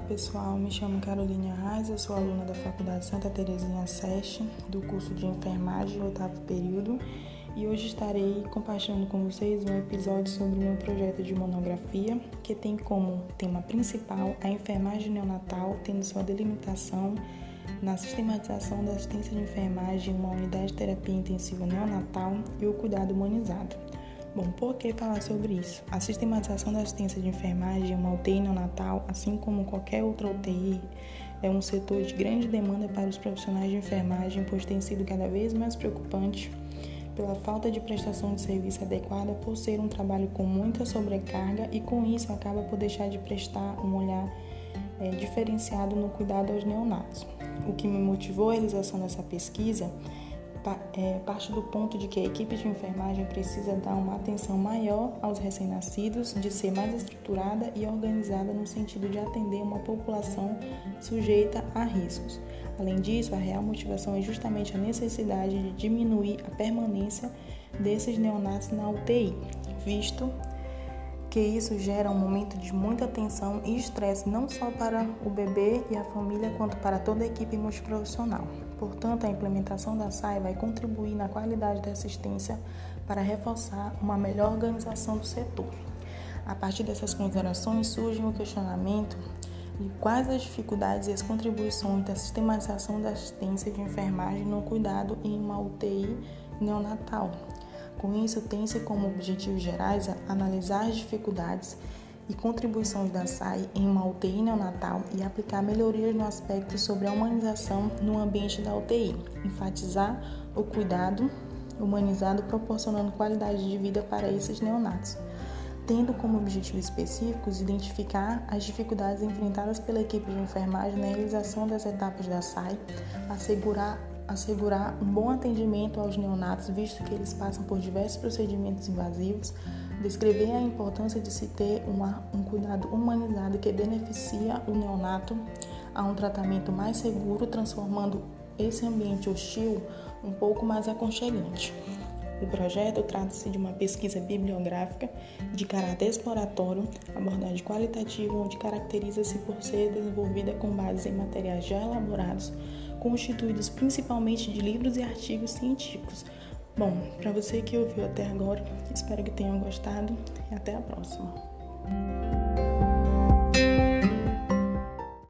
pessoal, me chamo Carolina Arraes, eu sou aluna da Faculdade Santa Terezinha SESC, do curso de Enfermagem, 8º período, e hoje estarei compartilhando com vocês um episódio sobre o meu projeto de monografia, que tem como tema principal a enfermagem neonatal, tendo sua delimitação na sistematização da assistência de enfermagem em uma unidade de terapia intensiva neonatal e o cuidado humanizado. Bom, por que falar sobre isso? A sistematização da assistência de enfermagem em uma UTI neonatal, assim como qualquer outra UTI, é um setor de grande demanda para os profissionais de enfermagem, pois tem sido cada vez mais preocupante pela falta de prestação de serviço adequada, por ser um trabalho com muita sobrecarga e com isso acaba por deixar de prestar um olhar diferenciado no cuidado aos neonatos. O que me motivou a realização dessa pesquisa parte do ponto de que a equipe de enfermagem precisa dar uma atenção maior aos recém-nascidos, de ser mais estruturada e organizada no sentido de atender uma população sujeita a riscos. Além disso, a real motivação é justamente a necessidade de diminuir a permanência desses neonatos na UTI, visto que isso gera um momento de muita tensão e estresse não só para o bebê e a família, quanto para toda a equipe multiprofissional. Portanto, a implementação da SAI vai contribuir na qualidade da assistência para reforçar uma melhor organização do setor. A partir dessas considerações surge o questionamento de quais as dificuldades e as contribuições da sistematização da assistência de enfermagem no cuidado em uma UTI neonatal. Com isso, tem-se como objetivos gerais analisar as dificuldades e contribuições da SAI em uma UTI neonatal e aplicar melhorias no aspecto sobre a humanização no ambiente da UTI, enfatizar o cuidado humanizado proporcionando qualidade de vida para esses neonatos, tendo como objetivos específicos identificar as dificuldades enfrentadas pela equipe de enfermagem na realização das etapas da SAI, assegurar um bom atendimento aos neonatos, visto que eles passam por diversos procedimentos invasivos, descrever a importância de se ter um cuidado humanizado que beneficia o neonato a um tratamento mais seguro, transformando esse ambiente hostil um pouco mais aconchegante. O projeto trata-se de uma pesquisa bibliográfica de caráter exploratório, abordagem qualitativa, onde caracteriza-se por ser desenvolvida com base em materiais já elaborados, constituídos principalmente de livros e artigos científicos. Bom, para você que ouviu até agora, espero que tenham gostado e até a próxima.